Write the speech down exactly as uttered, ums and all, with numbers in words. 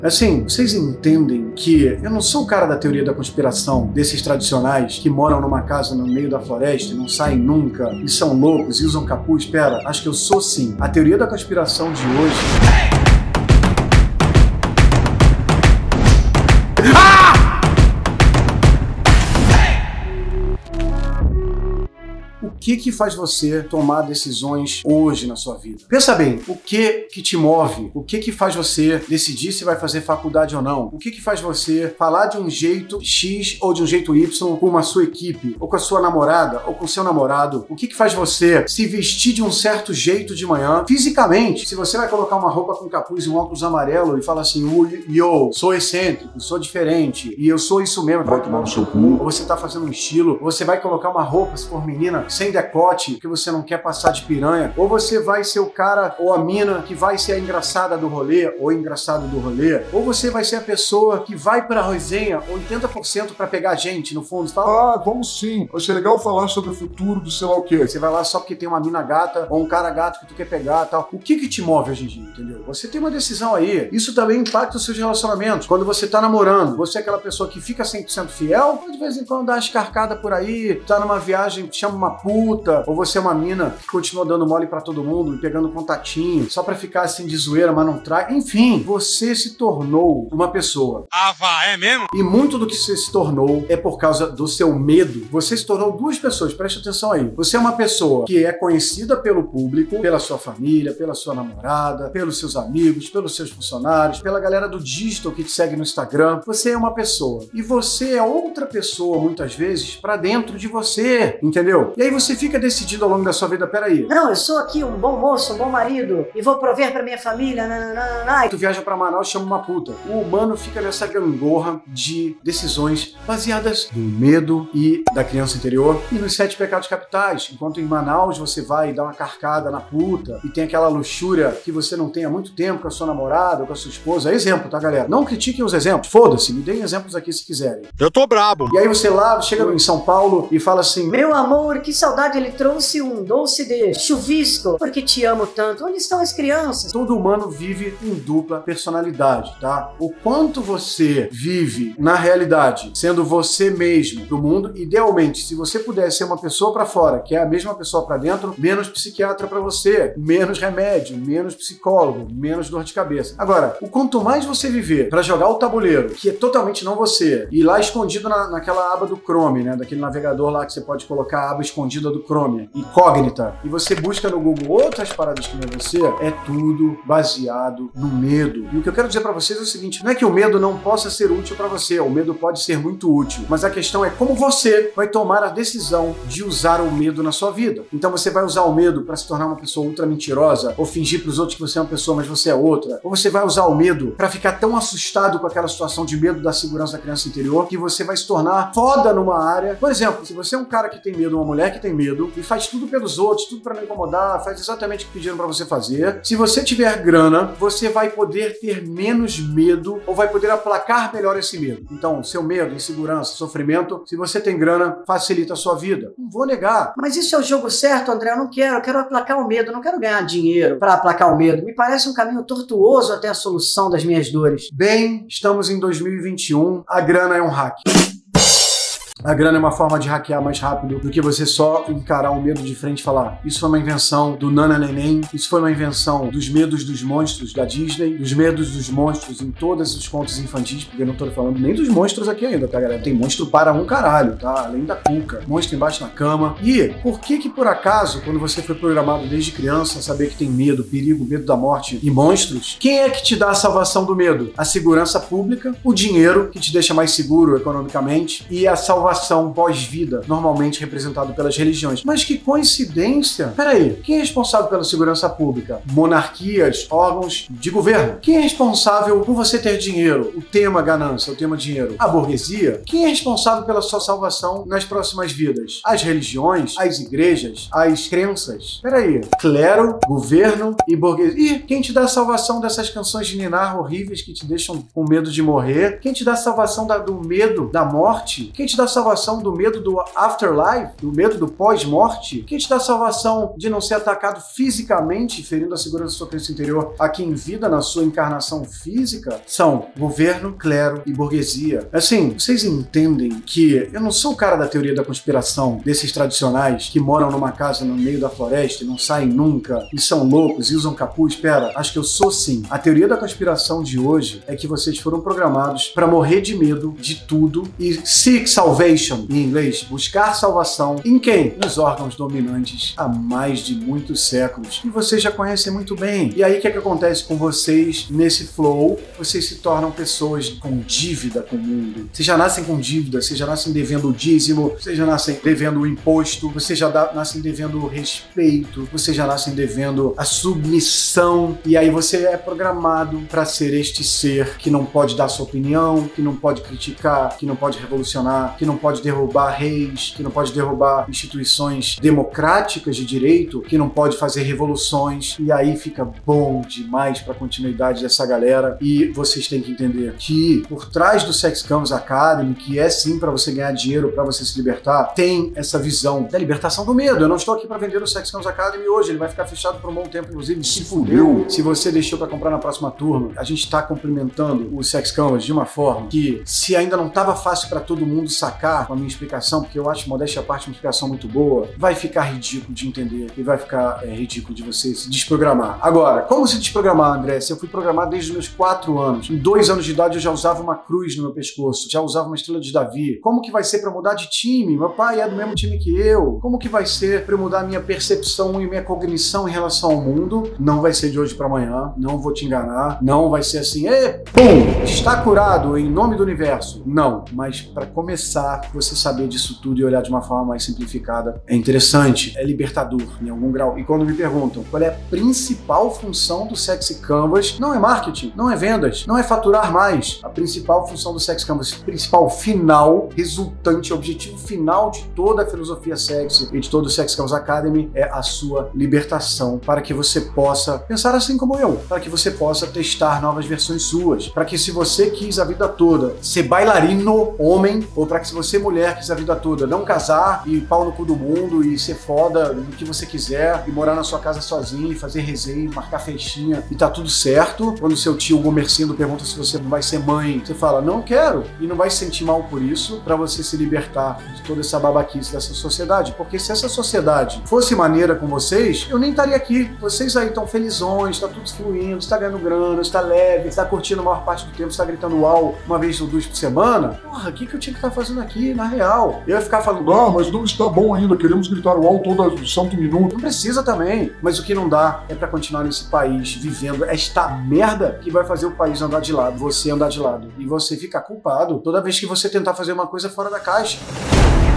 Assim, vocês entendem que eu não sou o cara da teoria da conspiração, desses tradicionais que moram numa casa no meio da floresta e não saem nunca, e são loucos e usam capuz? Pera, acho que eu sou sim. A teoria da conspiração de hoje... O que que faz você tomar decisões hoje na sua vida? Pensa bem, o que que te move? O que que faz você decidir se vai fazer faculdade ou não? O que que faz você falar de um jeito X ou de um jeito Y com a sua equipe? Ou com a sua namorada? Ou com o seu namorado? O que que faz você se vestir de um certo jeito de manhã? Fisicamente, se você vai colocar uma roupa com capuz e um óculos amarelo e fala assim, yo, sou excêntrico, sou diferente, e eu sou isso mesmo, vai tomar no seu cu, ou você tá fazendo um estilo, ou você vai colocar uma roupa, se for menina, sem decote, que você não quer passar de piranha, ou você vai ser o cara ou a mina que vai ser a engraçada do rolê, ou engraçado do rolê, ou você vai ser a pessoa que vai pra resenha oitenta por cento pra pegar gente no fundo. Você fala, ah, vamos sim, vai ser legal falar sobre o futuro do sei lá o quê. Você vai lá só porque tem uma mina gata, ou um cara gato que tu quer pegar e tal. O que que te move hoje em dia, entendeu? Você tem uma decisão aí. Isso também impacta os seus relacionamentos. Quando você tá namorando, você é aquela pessoa que fica cem por cento fiel, ou de vez em quando dá uma escarcada por aí, tá numa viagem, chama uma puta, ou você é uma mina que continua dando mole pra todo mundo, pegando contatinho, só pra ficar assim de zoeira, mas não trai. Enfim, você se tornou uma pessoa. Ah, vá, é mesmo? E muito do que você se tornou é por causa do seu medo. Você se tornou duas pessoas, preste atenção aí. Você é uma pessoa que é conhecida pelo público, pela sua família, pela sua namorada, pelos seus amigos, pelos seus funcionários, pela galera do digital que te segue no Instagram. Você é uma pessoa. E você é outra pessoa, muitas vezes, pra dentro de você, entendeu? E aí você fica decidindo ao longo da sua vida, peraí. Não, eu sou aqui um bom moço, um bom marido, e vou prover pra minha família, nananana. Tu viaja pra Manaus e chama uma puta. O humano fica nessa gangorra de decisões baseadas no medo e da criança interior e nos sete pecados capitais. Enquanto em Manaus você vai dar uma carcada na puta e tem aquela luxúria que você não tem há muito tempo com a sua namorada ou com a sua esposa. É exemplo, tá, galera? Não critiquem os exemplos. Foda-se, me deem exemplos aqui se quiserem. Eu tô brabo. E aí você lá, chega em São Paulo e fala assim, meu amor, que saudade, ele trouxe um doce de chuvisco, porque te amo tanto. Onde estão as crianças? Todo humano vive em dupla personalidade, tá? O quanto você vive na realidade, sendo você mesmo do mundo, idealmente, se você pudesse ser uma pessoa pra fora, que é a mesma pessoa pra dentro, menos psiquiatra pra você, menos remédio, menos psicólogo, menos dor de cabeça. Agora, o quanto mais você viver pra jogar o tabuleiro, que é totalmente não você, e lá escondido na, naquela aba do Chrome, né? Daquele navegador lá que você pode colocar a aba escondida do Chrome, incógnita, e você busca no Google outras paradas que não é você, é tudo baseado no medo. E o que eu quero dizer pra vocês é o seguinte, não é que o medo não possa ser útil pra você, o medo pode ser muito útil, mas a questão é como você vai tomar a decisão de usar o medo na sua vida. Então você vai usar o medo pra se tornar uma pessoa ultra mentirosa, ou fingir pros outros que você é uma pessoa, mas você é outra, ou você vai usar o medo pra ficar tão assustado com aquela situação de medo da segurança da criança interior, que você vai se tornar foda numa área. Por exemplo, se você é um cara que tem medo, uma mulher que tem medo, e faz tudo pelos outros, tudo pra não incomodar, faz exatamente o que pediram pra você fazer. Se você tiver grana, você vai poder ter menos medo ou vai poder aplacar melhor esse medo. Então, seu medo, insegurança, sofrimento, se você tem grana, facilita a sua vida. Não vou negar. Mas isso é o jogo certo, André? Eu não quero. Eu quero aplacar o medo. Eu não quero ganhar dinheiro pra aplacar o medo. Me parece um caminho tortuoso até a solução das minhas dores. Bem, estamos em dois mil e vinte e um. A grana é um hack. A grana é uma forma de hackear mais rápido do que você só encarar o medo de frente e falar isso foi uma invenção do Nana Neném, isso foi uma invenção dos medos dos monstros da Disney, dos medos dos monstros em todos os contos infantis, porque eu não tô falando nem dos monstros aqui ainda, tá, galera? Tem monstro para um caralho, tá? Além da cuca, monstro embaixo na cama. E por que que por acaso, quando você foi programado desde criança a saber que tem medo, perigo, medo da morte e monstros, quem é que te dá a salvação do medo? A segurança pública, o dinheiro, que te deixa mais seguro economicamente, e a salvação pós-vida, normalmente representado pelas religiões. Mas que coincidência! Peraí, quem é responsável pela segurança pública? Monarquias, órgãos de governo. Quem é responsável por você ter dinheiro? O tema ganância, o tema dinheiro. A burguesia. Quem é responsável pela sua salvação nas próximas vidas? As religiões, as igrejas, as crenças. Peraí, clero, governo e burguesia. E quem te dá a salvação dessas canções de ninar horríveis que te deixam com medo de morrer? Quem te dá a salvação da, do medo da morte? Quem te dá a salvação salvação do medo do afterlife, do medo do pós-morte? Quem te dá salvação de não ser atacado fisicamente, ferindo a segurança da sua crença interior aqui em vida, na sua encarnação física? São governo, clero e burguesia. Assim, vocês entendem que eu não sou o cara da teoria da conspiração, desses tradicionais que moram numa casa no meio da floresta e não saem nunca, e são loucos e usam capuz. Pera, acho que eu sou sim. A teoria da conspiração de hoje é que vocês foram programados para morrer de medo de tudo e seek salvation, em inglês, buscar salvação em quem? Nos órgãos dominantes há mais de muitos séculos. E vocês já conhecem muito bem. E aí o que é que acontece com vocês nesse flow? Vocês se tornam pessoas com dívida com o mundo. Vocês já nascem com dívida, vocês já nascem devendo o dízimo, vocês já nascem devendo o imposto, vocês já da, nascem devendo o respeito, vocês já nascem devendo a submissão. E aí você é programado para ser este ser que não pode dar sua opinião, que não pode criticar, que não pode revolucionar, que não pode derrubar reis, que não pode derrubar instituições democráticas de direito, que não pode fazer revoluções. E aí fica bom demais para a continuidade dessa galera. E vocês têm que entender que por trás do Sex Canvas Academy, que é sim para você ganhar dinheiro, para você se libertar, tem essa visão da libertação do medo. Eu não estou aqui para vender o Sex Canvas Academy hoje, ele vai ficar fechado por um bom tempo, inclusive se fudeu. Se você deixou para comprar na próxima turma, a gente está complementando o Sex Canvas de uma forma que, se ainda não estava fácil para todo mundo sacar com a minha explicação, porque eu acho, modéstia à parte, uma explicação muito boa, vai ficar ridículo de entender e vai ficar é, ridículo de você se desprogramar. Agora, como se desprogramar, André? Se eu fui programado desde os meus quatro anos, em dois anos de idade eu já usava uma cruz no meu pescoço, já usava uma estrela de Davi. Como que vai ser para mudar de time? Meu pai é do mesmo time que eu. Como que vai ser para eu mudar a minha percepção e minha cognição em relação ao mundo? Não vai ser de hoje para amanhã, não vou te enganar, não vai ser assim, e pum, está curado em nome do universo. Não, mas para começar, você saber disso tudo e olhar de uma forma mais simplificada é interessante, é libertador em algum grau. E quando me perguntam qual é a principal função do Sexy Canvas, não é marketing, não é vendas, não é faturar mais. A principal função do Sexy Canvas, principal final, resultante, objetivo final de toda a filosofia sexy e de todo o Sex Canvas Academy é a sua libertação, para que você possa pensar assim como eu, para que você possa testar novas versões suas, para que se você quis a vida toda ser bailarino, homem, ou para que se você mulher quis a vida toda não casar e pau no cu do mundo e ser foda no que você quiser e morar na sua casa sozinho e fazer resenha, marcar festinha e tá tudo certo, quando seu tio Gomercindo pergunta se você não vai ser mãe, você fala, não quero, e não vai se sentir mal por isso, para você se libertar de toda essa babaquice dessa sociedade, porque se essa sociedade fosse maneira com vocês, eu nem estaria aqui. Vocês aí estão felizões, tá tudo fluindo, está ganhando grana, está leve, está curtindo a maior parte do tempo, está gritando uau uma vez ou duas por semana. Porra, o que, que eu tinha que estar fazendo aqui, na real? Eu ia ficar falando, ah, mas não está bom ainda, queremos gritar uau todo santo minuto. Não precisa também, mas o que não dá é pra continuar nesse país vivendo esta merda que vai fazer o país andar de lado, você andar de lado, e você ficar culpado toda vez que você tentar fazer uma coisa fora da caixa.